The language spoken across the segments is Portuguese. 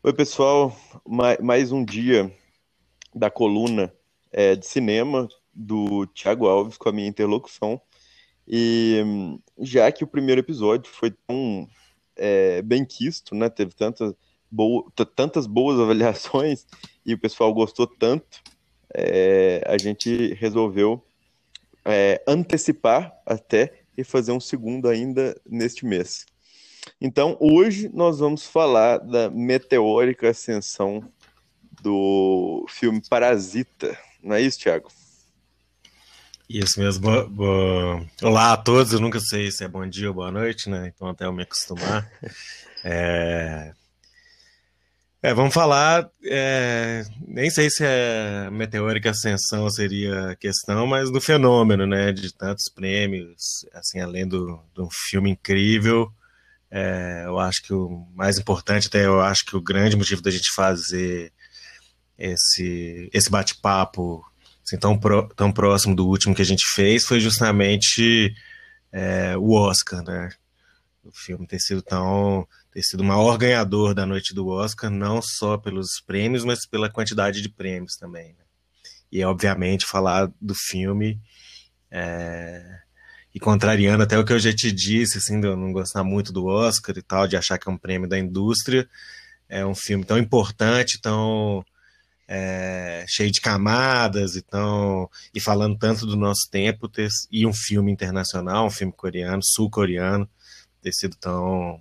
Oi, pessoal. Mais um dia da coluna de cinema do Thiago Alves com a minha interlocução. E já que o primeiro episódio foi tão bem quisto, né? Teve tantas boas avaliações e o pessoal gostou tanto, a gente resolveu antecipar até e fazer um segundo ainda neste mês. Então, hoje nós vamos falar da meteórica ascensão do filme Parasita. Não é isso, Thiago? Isso mesmo. Olá a todos. Eu nunca sei se é bom dia ou boa noite, né? Então até eu me acostumar. É, vamos falar. Nem sei se a meteórica ascensão seria a questão, mas do fenômeno, né? De tantos prêmios, assim, além de um filme incrível. Eu acho que o mais importante, até eu acho que o grande motivo da gente fazer esse bate-papo assim, tão próximo do último que a gente fez foi justamente o Oscar, né? O filme ter sido o maior ganhador da noite do Oscar, não só pelos prêmios, mas pela quantidade de prêmios também, né? E obviamente falar do filme e contrariando até o que eu já te disse, assim, de eu não gostar muito do Oscar e tal, de achar que é um prêmio da indústria, é um filme tão importante, tão cheio de camadas e falando tanto do nosso tempo, e um filme internacional, um filme coreano, sul-coreano, ter sido tão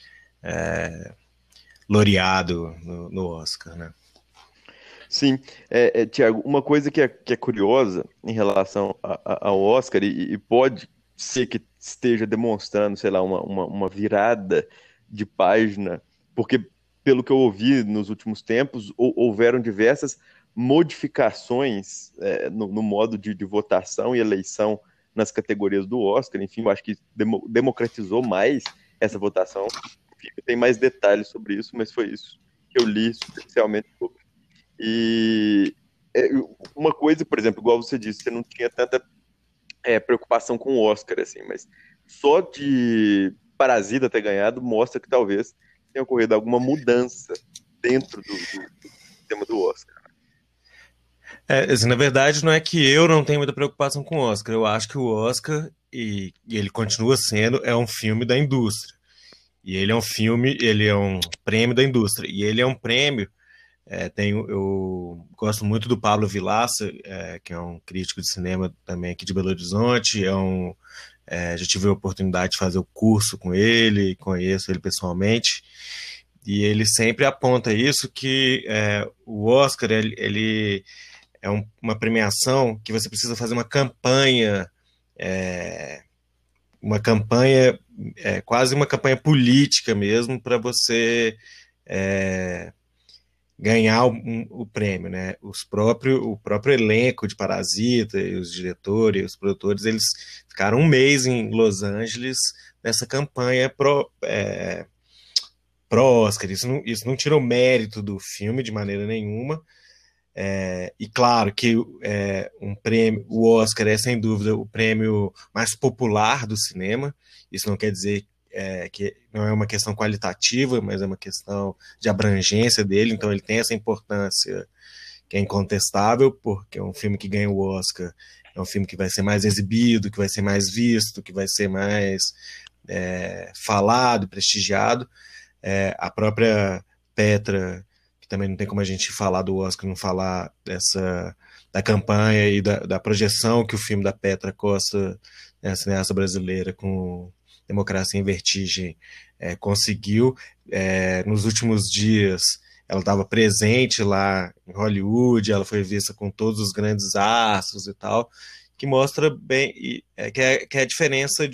laureado no Oscar, né? Sim, Thiago, uma coisa que é curiosa em relação ao Oscar, e pode ser que esteja demonstrando, sei lá, uma virada de página, porque, pelo que eu ouvi nos últimos tempos, houveram diversas modificações, no modo de votação e eleição nas categorias do Oscar. Enfim, eu acho que democratizou mais essa votação. Enfim, tem mais detalhes sobre isso, mas foi isso que eu li superficialmente sobre. E é, uma coisa, por exemplo, igual você disse, você não tinha tanta preocupação com o Oscar, assim, mas só de Parasita ter ganhado mostra que talvez tenha ocorrido alguma mudança dentro do sistema do Oscar. Assim, na verdade, não é que eu não tenho muita preocupação com o Oscar. Eu acho que o Oscar, e ele continua sendo, é um filme da indústria. E ele é um prêmio da indústria. E ele é um prêmio. Eu gosto muito do Pablo Vilaça, que é um crítico de cinema também aqui de Belo Horizonte. Já tive a oportunidade de fazer o curso com ele, conheço ele pessoalmente. E ele sempre aponta isso, que o Oscar ele é uma premiação que você precisa fazer uma campanha, quase uma campanha política mesmo, para você é, ganhar o prêmio, né? O próprio elenco de Parasita, e os diretores, os produtores, eles ficaram um mês em Los Angeles nessa campanha pró-Oscar. Isso não tirou mérito do filme de maneira nenhuma. E claro que um prêmio, o Oscar é sem dúvida o prêmio mais popular do cinema. Isso não quer dizer que não é uma questão qualitativa, mas é uma questão de abrangência dele. Então ele tem essa importância que é incontestável, porque é um filme que ganha o Oscar, é um filme que vai ser mais exibido, que vai ser mais visto, que vai ser mais falado, prestigiado. A própria Petra, que também não tem como a gente falar do Oscar, não falar da campanha e da projeção que o filme da Petra Costa, né, cineasta brasileira, com Democracia em Vertigem, conseguiu. Nos últimos dias, ela estava presente lá em Hollywood, ela foi vista com todos os grandes astros e tal, que mostra bem que é a diferença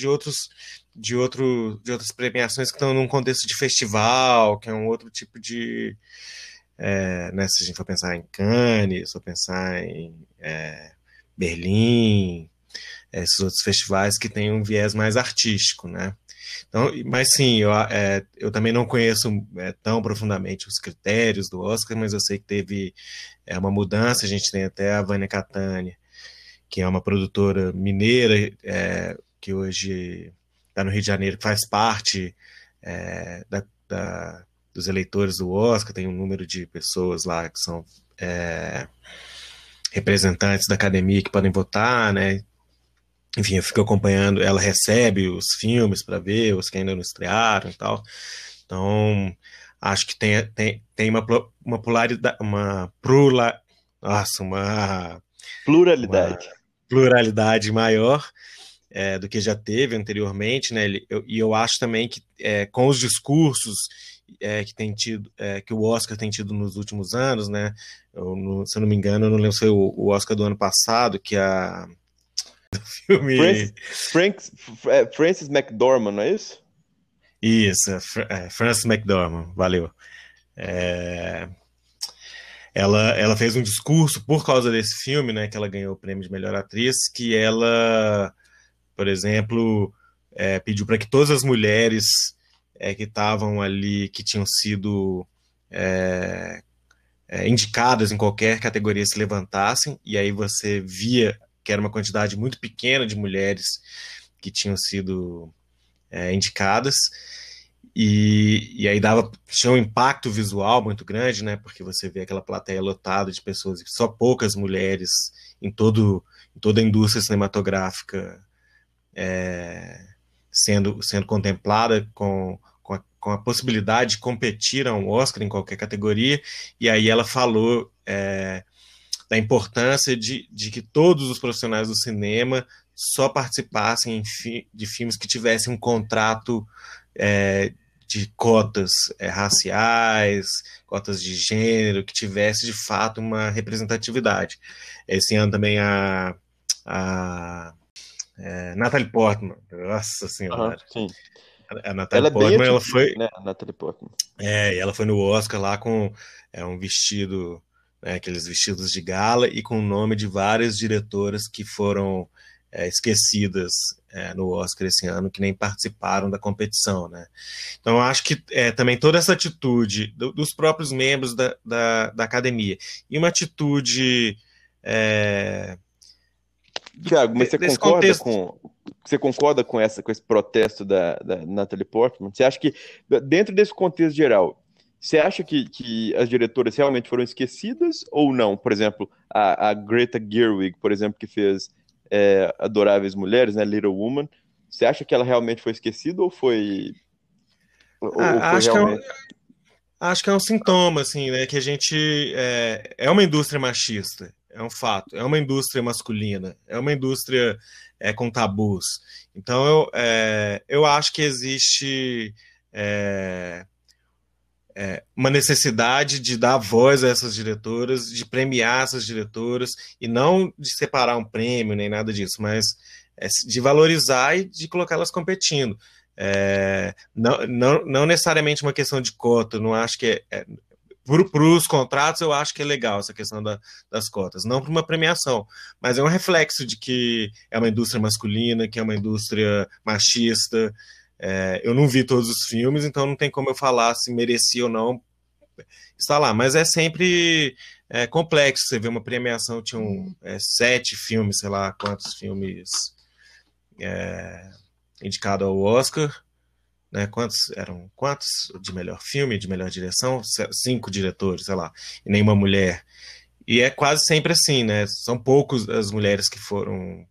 de outras premiações que estão num contexto de festival, que é um outro tipo de. Né, se a gente for pensar em Cannes, se for pensar em Berlim, esses outros festivais que têm um viés mais artístico, né? Então, mas sim, eu também não conheço tão profundamente os critérios do Oscar, mas eu sei que teve uma mudança. A gente tem até a Vânia Catania, que é uma produtora mineira, que hoje está no Rio de Janeiro, que faz parte é, da, da, dos eleitores do Oscar, tem um número de pessoas lá que são representantes da academia que podem votar, né? Enfim, eu fico acompanhando, ela recebe os filmes para ver, os que ainda não estrearam e tal. Então, acho que tem uma polaridade, uma Pluralidade. pluralidade maior do que já teve anteriormente, né? E eu acho também que com os discursos que o Oscar tem tido nos últimos anos, né? Se eu não me engano, eu não lembro se foi o Oscar do ano passado, que filme... Frances McDormand, não é isso? Isso, Frances McDormand, valeu. Ela fez um discurso por causa desse filme, né, que ela ganhou o prêmio de melhor atriz, que ela, por exemplo, pediu para que todas as mulheres que estavam ali, que tinham sido indicadas em qualquer categoria, se levantassem, e aí você via que era uma quantidade muito pequena de mulheres que tinham sido indicadas, e aí tinha um impacto visual muito grande, né? Porque você vê aquela plateia lotada de pessoas, e só poucas mulheres em toda a indústria cinematográfica sendo contemplada com a possibilidade de competir a um Oscar em qualquer categoria. E aí ela falou da importância de que todos os profissionais do cinema só participassem de filmes que tivessem um contrato de cotas raciais, cotas de gênero, que tivesse de fato uma representatividade. Esse ano também a Natalie Portman, nossa senhora. Sim. A Natalie Portman, ela foi, né, a Natalie Portman. Ela foi no Oscar lá com um vestido, né, aqueles vestidos de gala, e com o nome de várias diretoras que foram esquecidas no Oscar esse ano, que nem participaram da competição, né? Então, eu acho que também toda essa atitude dos próprios membros da academia, e uma atitude... Tiago, mas você concorda com esse protesto da Natalie Portman? Você acha que, dentro desse contexto geral, você acha que as diretoras realmente foram esquecidas ou não? Por exemplo, a Greta Gerwig, por exemplo, que fez Adoráveis Mulheres, né, Little Woman, você acha que ela realmente foi esquecida ou foi realmente... Acho que é um sintoma, assim, né? Que a gente é uma indústria machista, é um fato. É uma indústria masculina, é uma indústria com tabus. Então, eu acho que existe uma necessidade de dar voz a essas diretoras, de premiar essas diretoras, e não de separar um prêmio, nem nada disso, mas de valorizar e de colocá-las competindo. Não necessariamente uma questão de cota, não acho que para os contratos, eu acho que é legal essa questão das cotas, não para uma premiação, mas é um reflexo de que é uma indústria masculina, que é uma indústria machista. Eu não vi todos os filmes, então não tem como eu falar se merecia ou não estar lá, mas é sempre complexo. Você vê uma premiação, tinham 7 filmes, sei lá quantos filmes indicados ao Oscar, né? Quantos de melhor filme, de melhor direção? 5 diretores, sei lá, e nenhuma mulher. E é quase sempre assim, né? São poucos as mulheres que foram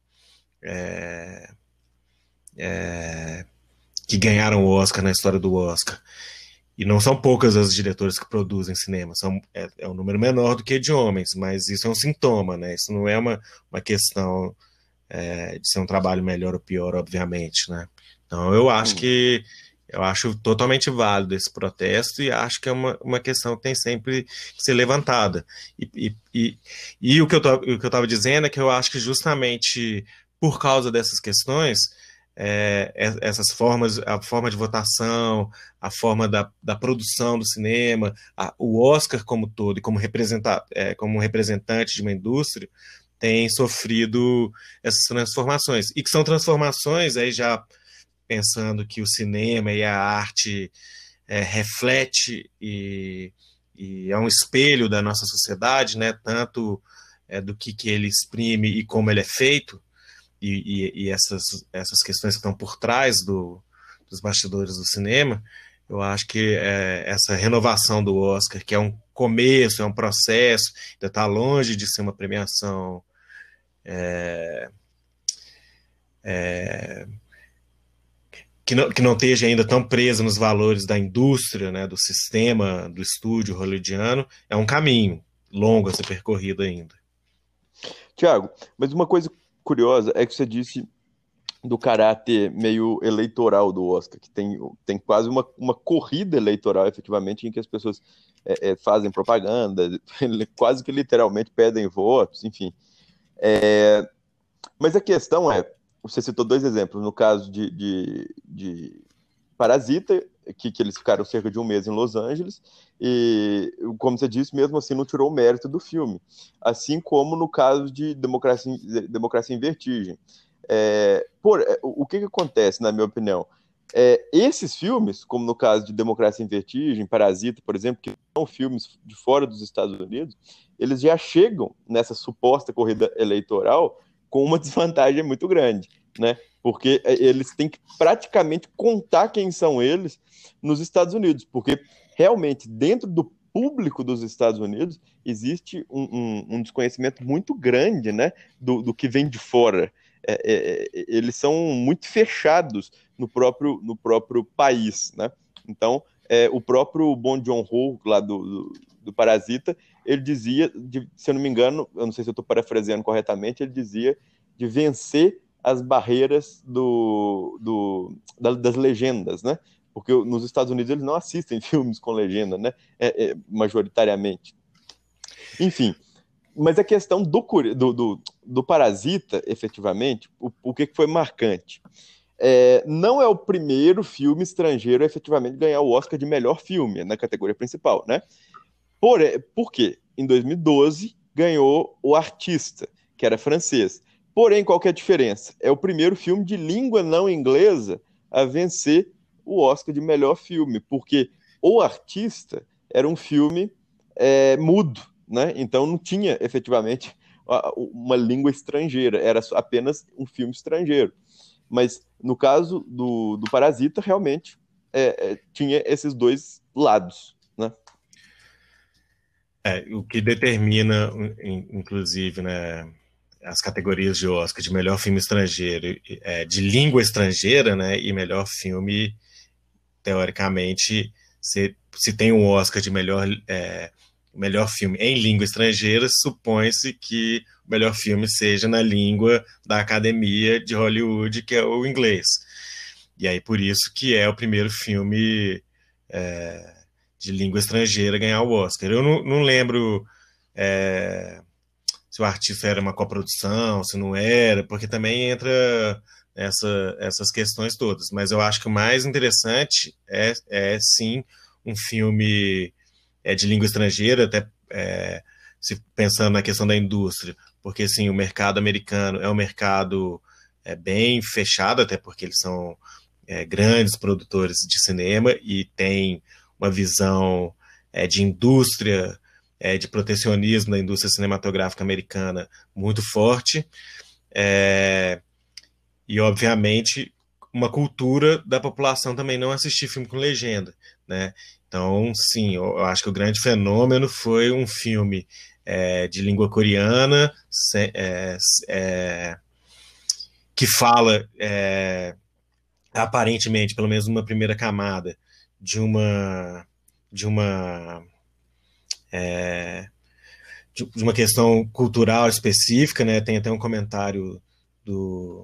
que ganharam o Oscar na história do Oscar. E não são poucas as diretoras que produzem cinema, é um número menor do que de homens, mas isso é um sintoma, né? Isso não é uma questão de ser um trabalho melhor ou pior, obviamente, né? Então eu acho totalmente válido esse protesto, e acho que é uma questão que tem sempre que ser levantada. E o que eu estava dizendo é que eu acho que justamente por causa dessas questões, essas formas, a forma de votação, a forma da produção do cinema, o Oscar como todo, e como representante de uma indústria, tem sofrido essas transformações. E que são transformações, aí já pensando que o cinema e a arte reflete e é um espelho da nossa sociedade, né? Tanto do que ele exprime e como ele é feito, e essas questões que estão por trás dos bastidores do cinema, Eu acho que essa renovação do Oscar, que é um começo, é um processo, ainda está longe de ser uma premiação que não esteja ainda tão presa nos valores da indústria, né, do sistema, do estúdio hollywoodiano, é um caminho longo a ser percorrido ainda. Tiago, mas uma coisa curiosa é que você disse do caráter meio eleitoral do Oscar, que tem quase uma corrida eleitoral, efetivamente, em que as pessoas fazem propaganda, quase que literalmente pedem votos, enfim. Mas a questão você citou dois exemplos, no caso de Parasita, que eles ficaram cerca de um mês em Los Angeles, e, como você disse, mesmo assim não tirou o mérito do filme. Assim como no caso de Democracia em Vertigem. O que acontece, na minha opinião? Esses filmes, como no caso de Democracia em Vertigem, Parasita, por exemplo, que são filmes de fora dos Estados Unidos, eles já chegam nessa suposta corrida eleitoral com uma desvantagem muito grande, né? Porque eles têm que praticamente contar quem são eles nos Estados Unidos, porque realmente dentro do público dos Estados Unidos existe um desconhecimento muito grande, né, do que vem de fora. Eles são muito fechados no próprio país, né? Então, o próprio Bong Joon-ho, lá do Parasita, ele dizia, se eu não me engano, eu não sei se eu estou parafraseando corretamente, ele dizia de vencer as barreiras das legendas, né? Porque nos Estados Unidos eles não assistem filmes com legenda, né? Majoritariamente. Enfim, mas a questão do Parasita, efetivamente, o que foi marcante? Não é o primeiro filme estrangeiro a efetivamente ganhar o Oscar de melhor filme na categoria principal, né? Por quê? Em 2012 ganhou O Artista, que era francês. Porém, qual que é a diferença? É o primeiro filme de língua não inglesa a vencer o Oscar de melhor filme, porque O Artista era um filme mudo, né? Então não tinha efetivamente uma língua estrangeira, era apenas um filme estrangeiro. Mas no caso do Parasita, realmente tinha esses dois lados, né? O que determina, inclusive, né, as categorias de Oscar de melhor filme estrangeiro, de língua estrangeira, né, e melhor filme, teoricamente, se tem um Oscar de melhor filme em língua estrangeira, supõe-se que o melhor filme seja na língua da Academia de Hollywood, que é o inglês. E aí, por isso que é o primeiro filme de língua estrangeira a ganhar o Oscar. Eu não lembro se o artista era uma coprodução, se não era, porque também entra essas questões todas. Mas eu acho que o mais interessante sim, um filme de língua estrangeira, até se pensando na questão da indústria, porque sim, o mercado americano é um mercado bem fechado, até porque eles são grandes produtores de cinema e tem uma visão de indústria, de protecionismo da indústria cinematográfica americana muito forte, e obviamente uma cultura da população também não assistir filme com legenda, né? Então, sim, eu acho que o grande fenômeno foi um filme de língua coreana que fala aparentemente, pelo menos uma primeira camada, de uma de uma questão cultural específica, né? Tem até um comentário do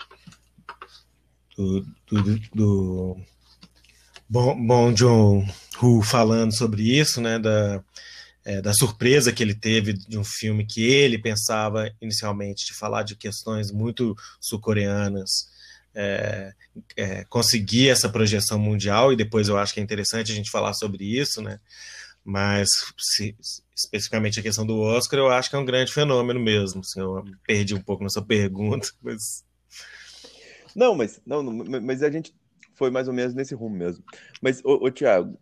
Bong Joon-ho falando sobre isso, né? Da surpresa que ele teve de um filme que ele pensava inicialmente de falar de questões muito sul-coreanas, conseguir essa projeção mundial, e depois eu acho que é interessante a gente falar sobre isso, né? Mas especificamente a questão do Oscar, eu acho que é um grande fenômeno mesmo. Assim, eu perdi um pouco nessa pergunta, mas... Mas a gente foi mais ou menos nesse rumo mesmo. Mas, Thiago,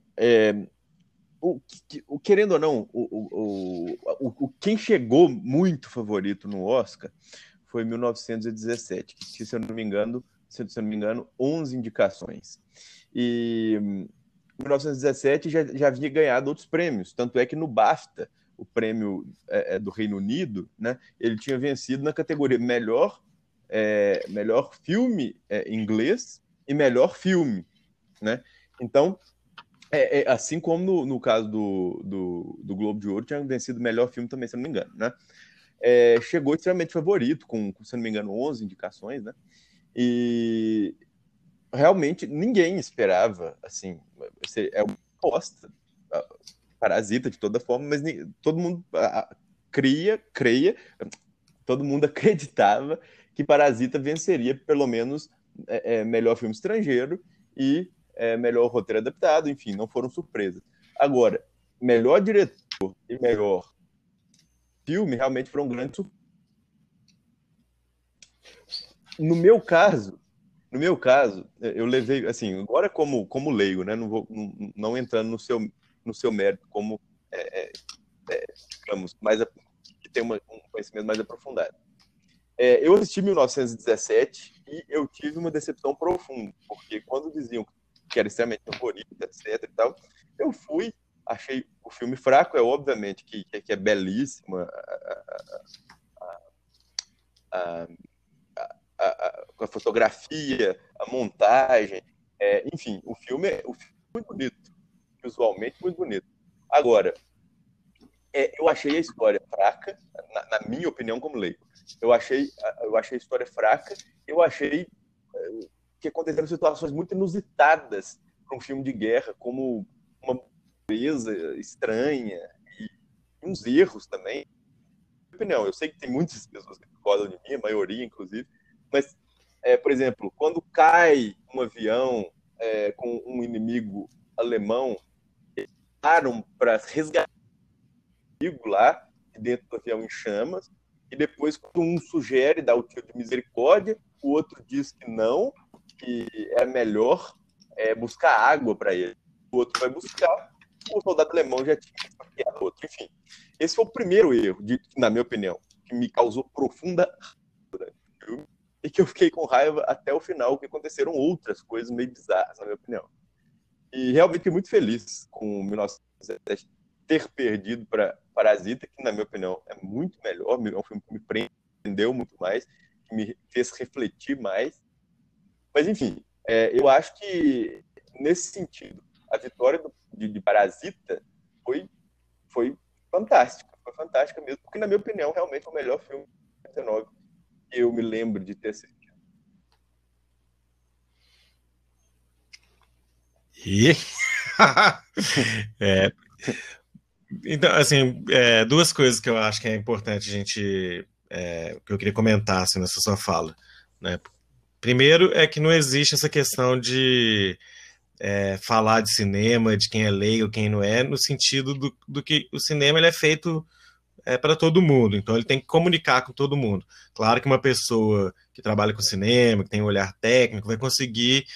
querendo ou não, quem chegou muito favorito no Oscar foi 1917, que, se eu não me engano, 11 indicações. E em 1917 já havia ganhado outros prêmios, tanto é que no BAFTA, o prêmio do Reino Unido, né, ele tinha vencido na categoria melhor filme inglês e melhor filme, né? Então, assim como no caso do Globo de Ouro, tinha vencido melhor filme também, se não me engano, né? Chegou extremamente favorito, com, se não me engano, 11 indicações, né? E realmente ninguém esperava, assim, é uma aposta, Parasita de toda forma, mas todo mundo creia, todo mundo acreditava que Parasita venceria pelo menos melhor filme estrangeiro e melhor roteiro adaptado, enfim, não foram surpresas. Agora, melhor diretor e melhor filme realmente foram grandes surpresas. No meu caso, eu levei, assim, agora como leigo, né, não entrando no seu mérito como, digamos, que tem um conhecimento mais aprofundado. Eu assisti 1917 e eu tive uma decepção profunda, porque quando diziam que era extremamente favorito, etc e tal, eu fui, achei o filme fraco, obviamente que é belíssimo, a, a fotografia, a montagem, enfim, o filme é muito bonito, visualmente muito bonito. Agora, eu achei a história fraca, na minha opinião como leigo. Eu achei a história fraca, eu achei que aconteceram situações muito inusitadas para um filme de guerra, como uma beleza estranha e uns erros também. Na minha opinião, eu sei que tem muitas pessoas que discordam de mim, a maioria inclusive, mas, por exemplo, quando cai um avião com um inimigo alemão, param para resgatar lá dentro do avião em chamas, e depois quando um sugere dar o tiro de misericórdia, o outro diz que não, que é melhor buscar água para ele. O outro vai buscar, o soldado alemão já tinha esfaqueado o outro. Enfim, esse foi o primeiro erro, na minha opinião, que me causou profunda raiva e que eu fiquei com raiva até o final, que aconteceram outras coisas meio bizarras, na minha opinião. E realmente fiquei muito feliz com 1917 ter perdido para Parasita, que na minha opinião é muito melhor, é um filme que me prendeu muito mais, que me fez refletir mais. Mas enfim, eu acho que nesse sentido, a vitória de Parasita foi fantástica, mesmo, porque na minha opinião realmente é o melhor filme de 19 que eu me lembro de ter assistido. E então, assim, duas coisas que eu acho que é importante a gente, que eu queria comentar assim, nessa sua fala, né? Primeiro é que não existe essa questão de falar de cinema, de quem é leigo, quem não é, no sentido do que o cinema ele é feito para todo mundo, então ele tem que comunicar com todo mundo. Claro que uma pessoa que trabalha com cinema, que tem um olhar técnico, vai conseguir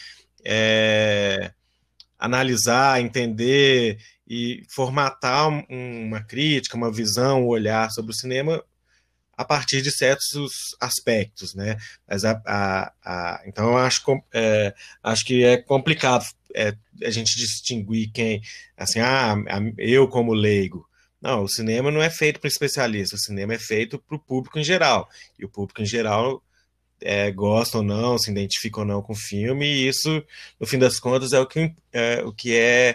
analisar, entender e formatar uma crítica, uma visão, um olhar sobre o cinema a partir de certos aspectos, né? Mas então eu acho que é complicado a gente distinguir quem, assim, eu como leigo. Não, o cinema não é feito para especialista, o cinema é feito para o público em geral. E o público em geral gosta ou não, se identifica ou não com o filme, e isso, no fim das contas, é o que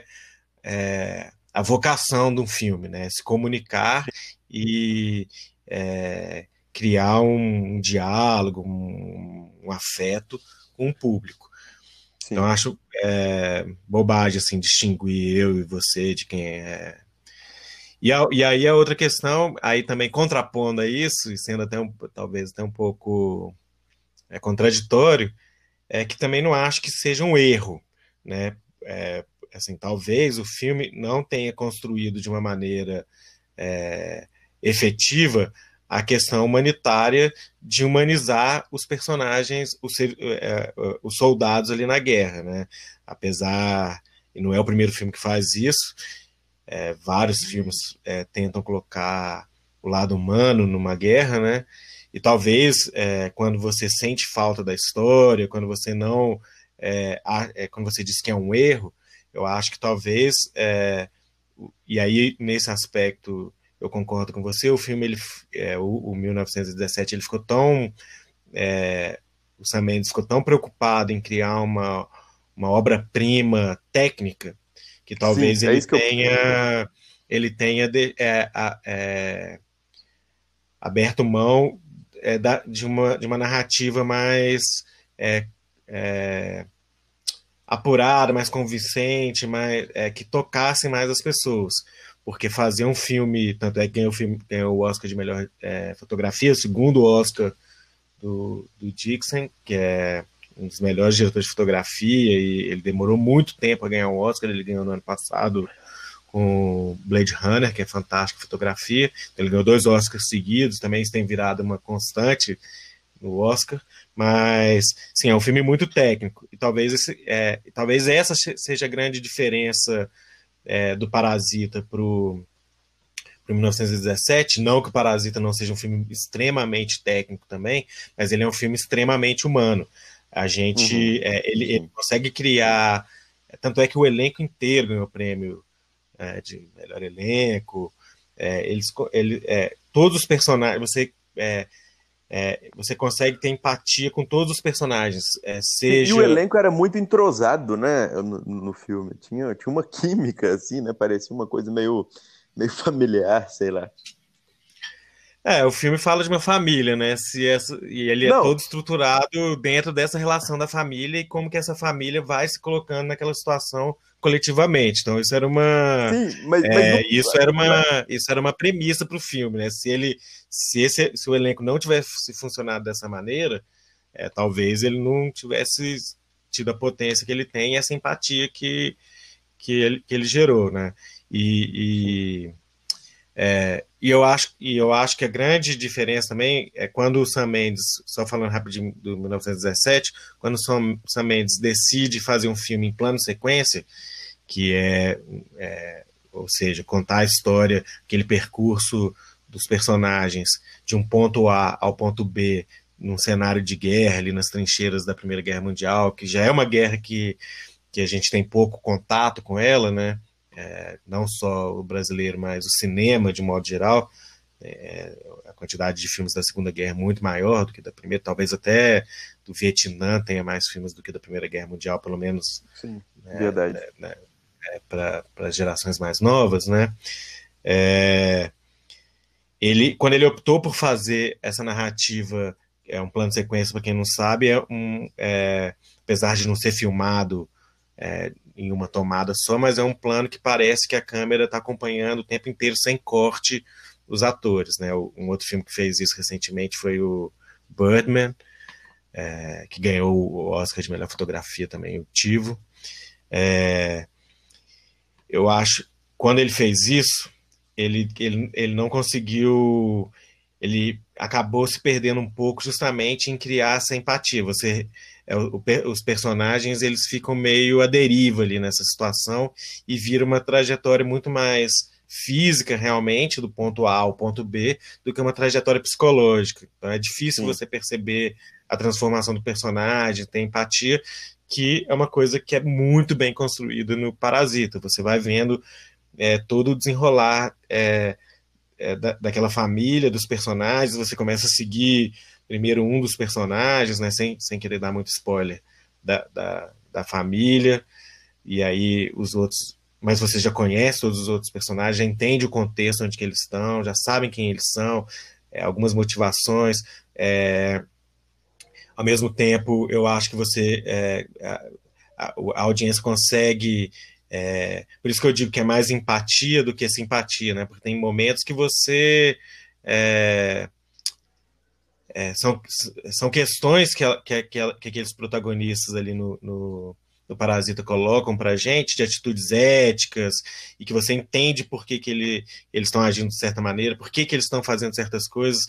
a vocação de um filme, né? Se comunicar e criar um diálogo, um afeto com o público. Sim. Então, acho bobagem assim, distinguir eu e você de quem é. E aí a outra questão, aí também contrapondo a isso, e sendo talvez até um pouco contraditório, é que também não acho que seja um erro, né? Assim, talvez o filme não tenha construído de uma maneira efetiva a questão humanitária de humanizar os personagens, os soldados ali na guerra, né? Apesar, e não é o primeiro filme que faz isso, vários filmes tentam colocar o lado humano numa guerra, né? E talvez quando você sente falta da história, quando você não, quando você diz que é um erro, Eu acho que talvez, e aí nesse aspecto eu concordo com você, o filme, o 1917, ele ficou tão, o Sam Mendes ficou tão preocupado em criar uma obra-prima técnica, que Sim, talvez é isso que eu. ele tenha aberto mão de uma narrativa mais é, é, apurada, mais convincente, que tocasse mais as pessoas. Porque fazer um filme, tanto é que ganhou o Oscar de melhor fotografia, o segundo Oscar do Dixon, que é um dos melhores diretores de fotografia, e ele demorou muito tempo a ganhar o Oscar, ele ganhou no ano passado com Blade Runner, que é fantástica fotografia. Ele ganhou 2 Oscars seguidos, também isso tem virado uma constante no Oscar. Mas, sim, é um filme muito técnico. E talvez essa seja a grande diferença do Parasita para o 1917. Não que o Parasita não seja um filme extremamente técnico também, mas ele é um filme extremamente humano. Uhum, Ele sim. consegue criar. Tanto é que o elenco inteiro ganhou prêmio de melhor elenco. Todos os personagens, você consegue ter empatia com todos os personagens, Sim, e o seja. elenco era muito entrosado, né, no filme. Tinha uma química, assim, né? Parecia uma coisa meio familiar, sei lá. O filme fala de uma família, né? E ele é Não, todo estruturado dentro dessa relação da família e como que essa família vai se colocando naquela situação coletivamente. Então sim, mas no, isso era uma premissa para o filme, né? Se o elenco não tivesse funcionado dessa maneira, talvez ele não tivesse tido a potência que ele tem e essa empatia que ele gerou, né? sim. E, e eu acho que a grande diferença também é quando o Sam Mendes, só falando rapidinho do 1917, quando o Sam Mendes decide fazer um filme em plano sequência, que ou seja, contar a história, aquele percurso dos personagens de um ponto A ao ponto B, num cenário de guerra, ali nas trincheiras da Primeira Guerra Mundial, que já é uma guerra que a gente tem pouco contato com ela, né? Não só o brasileiro, mas o cinema de modo geral. A quantidade de filmes da Segunda Guerra é muito maior do que da Primeira, talvez até do Vietnã tenha mais filmes do que da Primeira Guerra Mundial, pelo menos Sim, verdade. para as gerações mais novas, né? É, quando ele optou por fazer essa narrativa, um plano de sequência, para quem não sabe, apesar de não ser filmado em uma tomada só, mas é um plano que parece que a câmera está acompanhando o tempo inteiro, sem corte, os atores. Né? Um outro filme que fez isso recentemente foi o Birdman, que ganhou o Oscar de melhor fotografia também, o Tivo. Eu acho, quando ele fez isso, ele não conseguiu, ele acabou se perdendo um pouco justamente em criar essa empatia. Os personagens eles ficam meio à deriva ali nessa situação e vira uma trajetória muito mais física realmente do ponto A ao ponto B do que uma trajetória psicológica. Então é difícil Sim. você perceber a transformação do personagem, ter empatia, que é uma coisa que é muito bem construída no Parasita. Você vai vendo todo o desenrolar daquela família, dos personagens, você começa a seguir primeiro um dos personagens, né, sem querer dar muito spoiler, da família, e aí os outros, mas você já conhece todos os outros personagens, já entende o contexto onde que eles estão, já sabem quem eles são, algumas motivações, ao mesmo tempo eu acho que a audiência consegue por isso que eu digo que é mais empatia do que simpatia, né? Porque tem momentos que você são questões que aqueles protagonistas ali no Parasita colocam pra gente, de atitudes éticas, e que você entende por que eles estão agindo de certa maneira, por que eles estão fazendo certas coisas,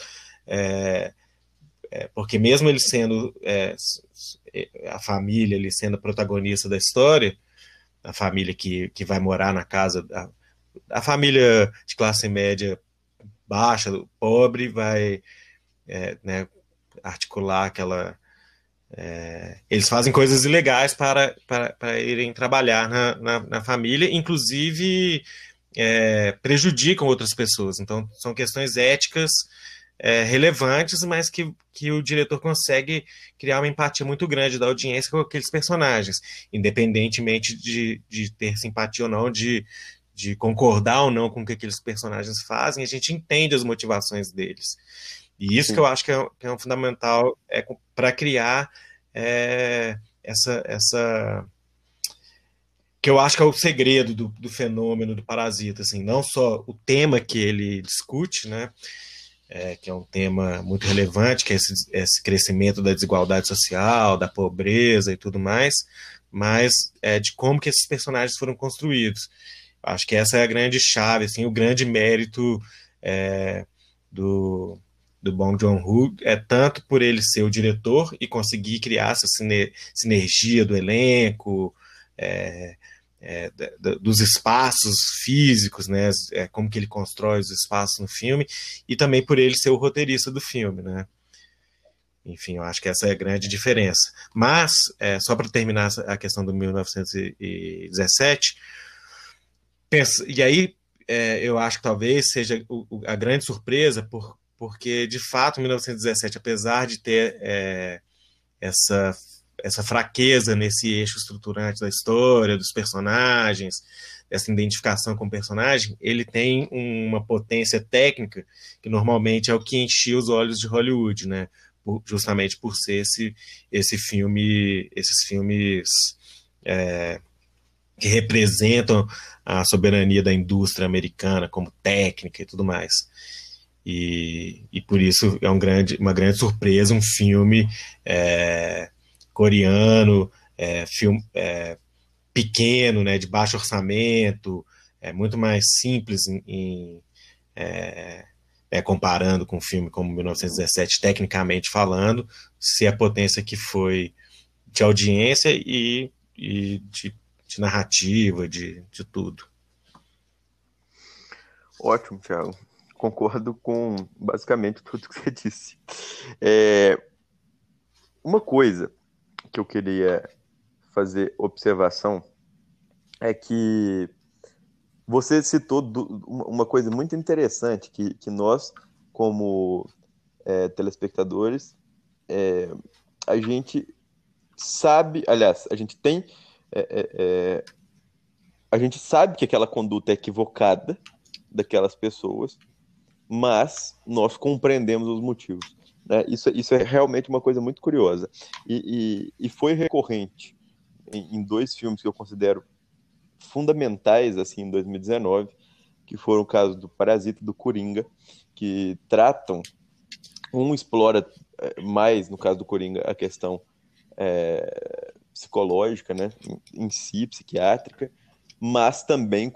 porque mesmo eles sendo a família ali sendo a protagonista da história, a família que vai morar na casa, a família de classe média baixa, pobre, vai né, articular Eles fazem coisas ilegais para irem trabalhar na família, inclusive prejudicam outras pessoas. Então, são questões éticas relevantes, mas que o diretor consegue criar uma empatia muito grande da audiência com aqueles personagens, independentemente de ter simpatia ou não, de concordar ou não com o que aqueles personagens fazem, a gente entende as motivações deles. E isso que eu Sim, acho que é um fundamental para criar essa que eu acho que é o segredo do fenômeno do Parasita, assim, não só o tema que ele discute, né, que é um tema muito relevante, que é esse crescimento da desigualdade social, da pobreza e tudo mais, mas de como que esses personagens foram construídos. Acho que essa é a grande chave, assim, o grande mérito do, do Bong Joon-ho é tanto por ele ser o diretor e conseguir criar essa sinergia do elenco, é, dos espaços físicos, né, como que ele constrói os espaços no filme, e também por ele ser o roteirista do filme, né. Enfim, eu acho que essa é a grande diferença. Mas, só para terminar a questão do 1917, e aí eu acho que talvez seja a grande surpresa, porque, de fato, 1917, apesar de ter essa, essa fraqueza nesse eixo estruturante da história, dos personagens, essa identificação com o personagem, ele tem uma potência técnica que normalmente é o que enchia os olhos de Hollywood, né? Justamente por ser esses filmes que representam a soberania da indústria americana como técnica e tudo mais. E por isso é uma grande surpresa um filme coreano, filme pequeno, né, de baixo orçamento, muito mais simples comparando com um filme como 1917, tecnicamente falando, se a potência que foi de audiência e de narrativa, de tudo. ótimo, Thiago. Concordo com basicamente tudo que você disse. É, uma coisa que eu queria fazer observação é que você citou uma coisa muito interessante que nós, como telespectadores, a gente sabe, aliás, a gente tem, é, é, é, a gente sabe que aquela conduta é equivocada daquelas pessoas, mas nós compreendemos os motivos. Né? Isso é realmente uma coisa muito curiosa. E foi recorrente em dois filmes que eu considero fundamentais assim em 2019, que foram o caso do Parasita e do Coringa, que tratam, um explora mais, no caso do Coringa, a questão psicológica, né, em si, psiquiátrica, mas também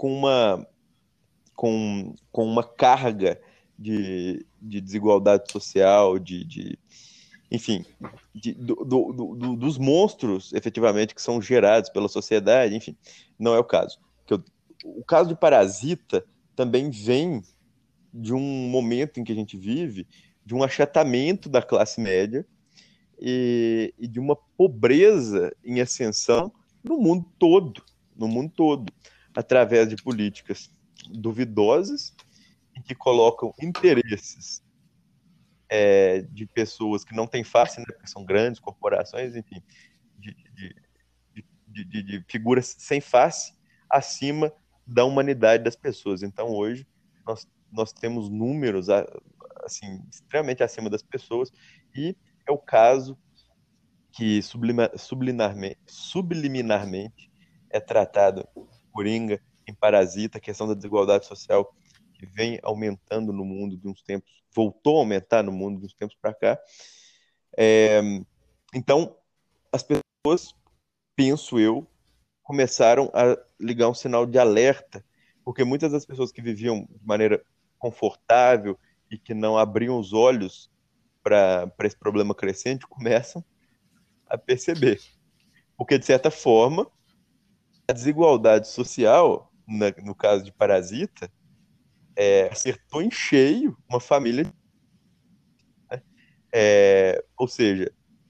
com uma carga de desigualdade social, enfim, dos monstros, efetivamente, que são gerados pela sociedade, enfim, não é o caso. O caso de Parasita também vem de um momento em que a gente vive, de um achatamento da classe média e de uma pobreza em ascensão no mundo todo, através de políticas duvidosas e que colocam interesses de pessoas que não têm face, né, porque são grandes corporações, enfim, de, de, de figuras sem face acima da humanidade das pessoas. Então, hoje, nós temos números assim, extremamente acima das pessoas, e é o caso que subliminarmente é tratado em Coringa, em Parasita, a questão da desigualdade social que vem aumentando no mundo de uns tempos, voltou a aumentar no mundo de uns tempos para cá. É, então, as pessoas, penso eu, começaram a ligar um sinal de alerta, porque muitas das pessoas que viviam de maneira confortável e que não abriam os olhos para esse problema crescente começam a perceber. Porque, de certa forma, a desigualdade social, no caso de Parasita, acertou em cheio uma família. Ou seja,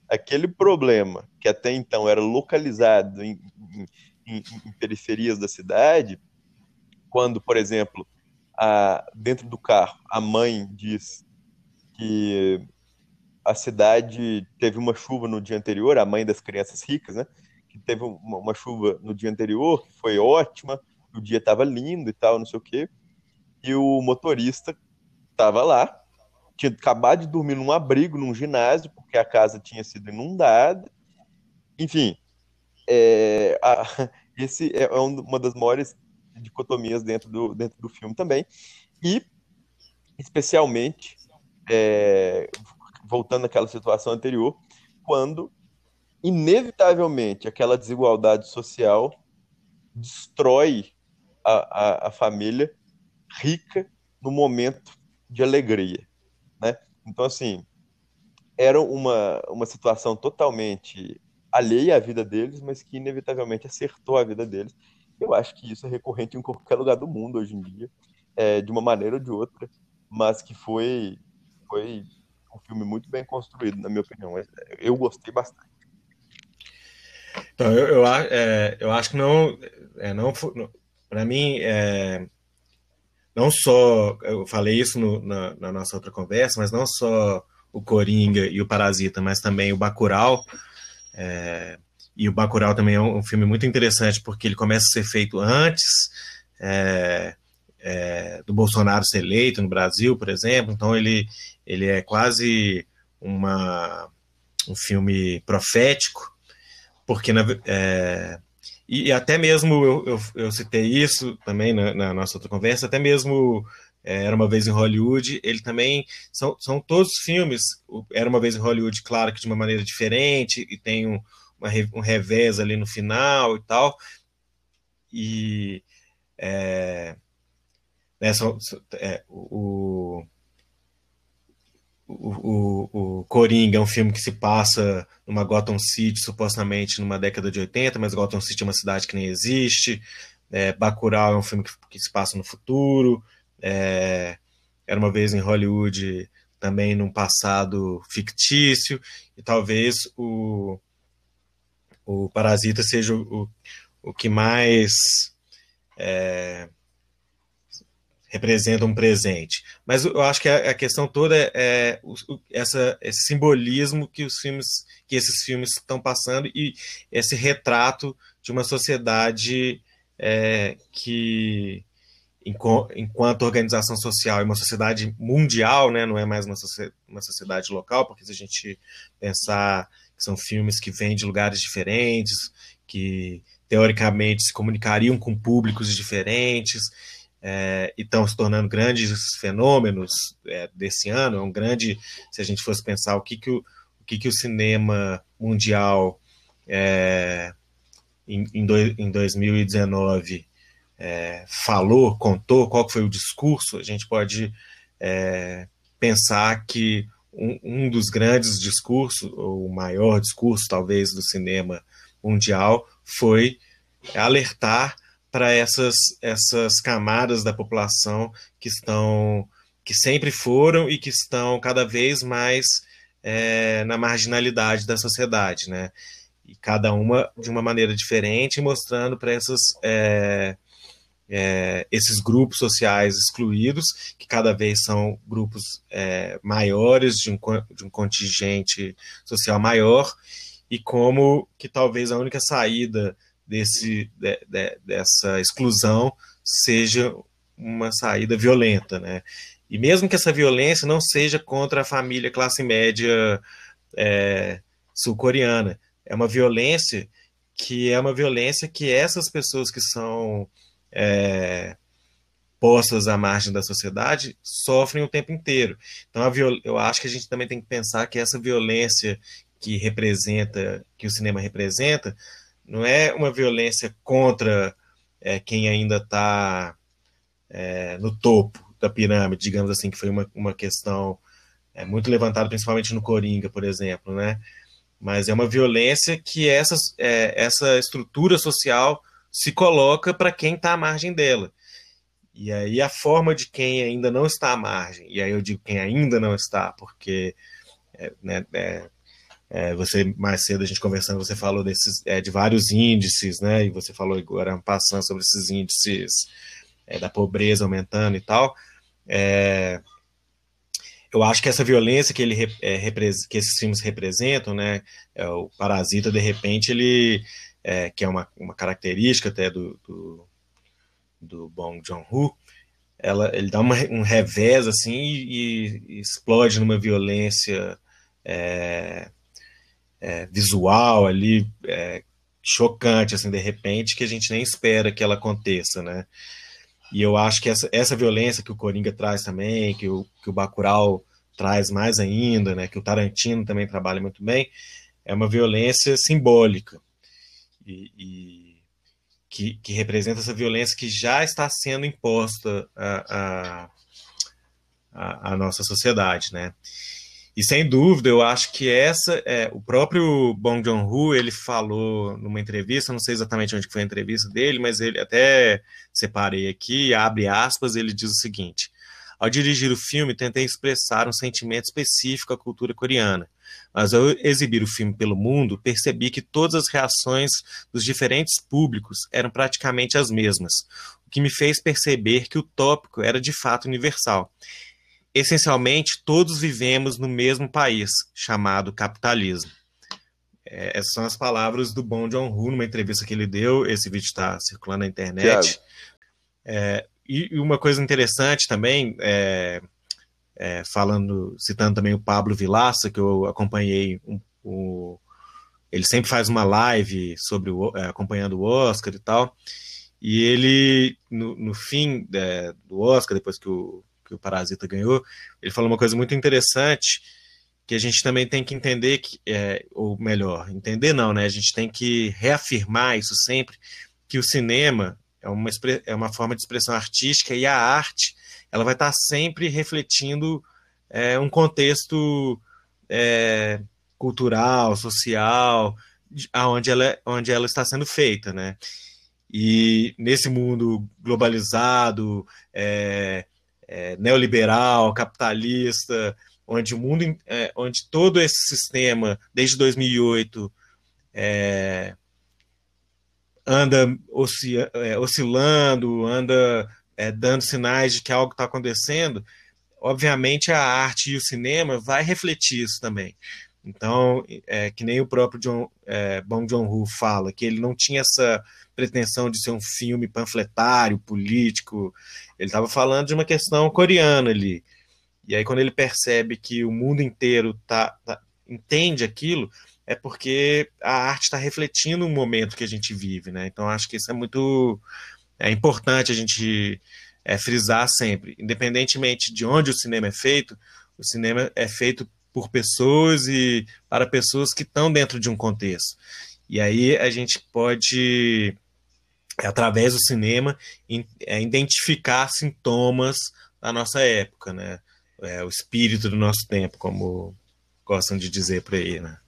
aquele problema que até então era localizado em periferias da cidade, quando, por exemplo, dentro do carro, a mãe diz que a cidade teve uma chuva no dia anterior, a mãe das crianças ricas, né? Que teve uma chuva no dia anterior, que foi ótima, o dia estava lindo e tal, não sei o quê. E o motorista estava lá, tinha acabado de dormir num abrigo, num ginásio, porque a casa tinha sido inundada. Enfim, esse é uma das maiores dicotomias dentro do filme também. E, especialmente, é, voltando àquela situação anterior, quando, inevitavelmente, aquela desigualdade social destrói a família rica no momento de alegria, né? Então, assim, era uma situação totalmente alheia à vida deles, mas que inevitavelmente acertou a vida deles. Eu acho que isso é recorrente em qualquer lugar do mundo hoje em dia, de uma maneira ou de outra, mas que foi um filme muito bem construído, na minha opinião. Eu gostei bastante. Então, eu acho que não, não, para mim, não só, eu falei isso na nossa outra conversa, mas não só o Coringa e o Parasita, mas também o Bacurau. E o Bacurau também é um filme muito interessante, porque ele começa a ser feito antes é, do Bolsonaro ser eleito no Brasil, por exemplo. Então ele é quase um filme profético, porque e até mesmo eu citei isso também na nossa outra conversa, até mesmo Era Uma Vez em Hollywood, ele também são todos filmes. Era Uma Vez em Hollywood, claro que de uma maneira diferente, e tem um revés ali no final e tal, e né, o Coringa é um filme que se passa numa Gotham City, supostamente numa década de 80, mas Gotham City é uma cidade que nem existe. Bacurau é um filme que se passa no futuro. Era Uma Vez em Hollywood, também num passado fictício. E talvez o Parasita seja o que mais representa um presente. Mas eu acho que a questão toda esse simbolismo que esses filmes estão passando, e esse retrato de uma sociedade que, enquanto organização social, é uma sociedade mundial, né, não é mais uma sociedade local, porque se a gente pensar que são filmes que vêm de lugares diferentes, que teoricamente se comunicariam com públicos diferentes, e estão se tornando grandes fenômenos desse ano. É um grande, se a gente fosse pensar o que o cinema mundial em 2019 falou, contou, qual foi o discurso, a gente pode pensar que um dos grandes discursos, ou o maior discurso talvez do cinema mundial, foi alertar para essas camadas da população que sempre foram e que estão cada vez mais na marginalidade da sociedade, né? E cada uma de uma maneira diferente, mostrando para esses grupos sociais excluídos, que cada vez são grupos maiores, de um contingente social maior, e como que talvez a única saída dessa exclusão seja uma saída violenta, né? E mesmo que essa violência não seja contra a família classe média sul-coreana, é uma violência que essas pessoas que são postas à margem da sociedade sofrem o tempo inteiro. Então, eu acho que a gente também tem que pensar que essa violência que o cinema representa, não é uma violência contra quem ainda está no topo da pirâmide, digamos assim, que foi uma questão muito levantada, principalmente no Coringa, por exemplo, né? Mas é uma violência que essa estrutura social se coloca para quem está à margem dela. E aí a forma de quem ainda não está à margem, e aí eu digo quem ainda não está, porque né, Você, mais cedo, a gente conversando, você falou de vários índices, né? E você falou agora, passando sobre esses índices da pobreza aumentando e tal. É, eu acho que essa violência que esses filmes representam, né? O Parasita, de repente, que é uma característica até do Bong Joon-ho, ele dá um revés assim e explode numa violência é, visual ali, chocante, assim, de repente, que a gente nem espera que ela aconteça, né? E eu acho que essa violência que o Coringa traz também, que o Bacurau traz mais ainda, né? Que o Tarantino também trabalha muito bem, é uma violência simbólica e que representa essa violência que já está sendo imposta à nossa sociedade, né? E sem dúvida, eu acho que o próprio Bong Joon-ho, ele falou numa entrevista, não sei exatamente onde foi a entrevista dele, mas ele até separei aqui, abre aspas, ele diz o seguinte: ao dirigir o filme, tentei expressar um sentimento específico à cultura coreana, mas ao exibir o filme pelo mundo, percebi que todas as reações dos diferentes públicos eram praticamente as mesmas, o que me fez perceber que o tópico era de fato universal. Essencialmente, todos vivemos no mesmo país, chamado capitalismo. Essas são as palavras do Bong Joon-ho numa entrevista que ele deu. Esse vídeo está circulando na Tiago, internet. E uma coisa interessante também, citando também o Pablo Vilaça, que eu acompanhei, ele sempre faz uma live sobre acompanhando o Oscar e tal. E ele, no fim do Oscar, depois que o Parasita ganhou, ele falou uma coisa muito interessante, que a gente também tem que entender, ou melhor, entender não, né? A gente tem que reafirmar isso sempre, que o cinema é uma forma de expressão artística e a arte ela vai estar sempre refletindo um contexto é, cultural, social, onde ela está sendo feita, né? E nesse mundo globalizado, neoliberal, capitalista, onde todo esse sistema, desde 2008, anda oscilando, anda dando sinais de que algo está acontecendo, obviamente a arte e o cinema vai refletir isso também. Então, que nem o próprio Bong Joon-ho fala, que ele não tinha essa pretensão de ser um filme panfletário, político. Ele estava falando de uma questão coreana ali. E aí, quando ele percebe que o mundo inteiro entende aquilo, é porque a arte está refletindo o momento que a gente vive, né? Então, acho que isso é importante a gente frisar sempre. Independentemente de onde o cinema é feito, o cinema é feito por pessoas e para pessoas que estão dentro de um contexto. E aí a gente pode, através do cinema, identificar sintomas da nossa época, né? O espírito do nosso tempo, como gostam de dizer por aí, né?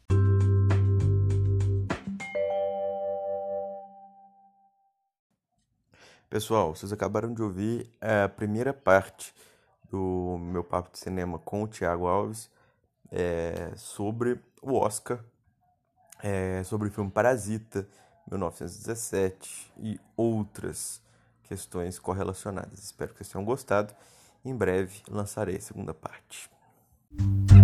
pessoal, vocês acabaram de ouvir a primeira parte do meu papo de cinema com o Tiago Alves sobre o Oscar, sobre o filme Parasita, 1917 e outras questões correlacionadas. Espero que vocês tenham gostado. Em breve lançarei a segunda parte.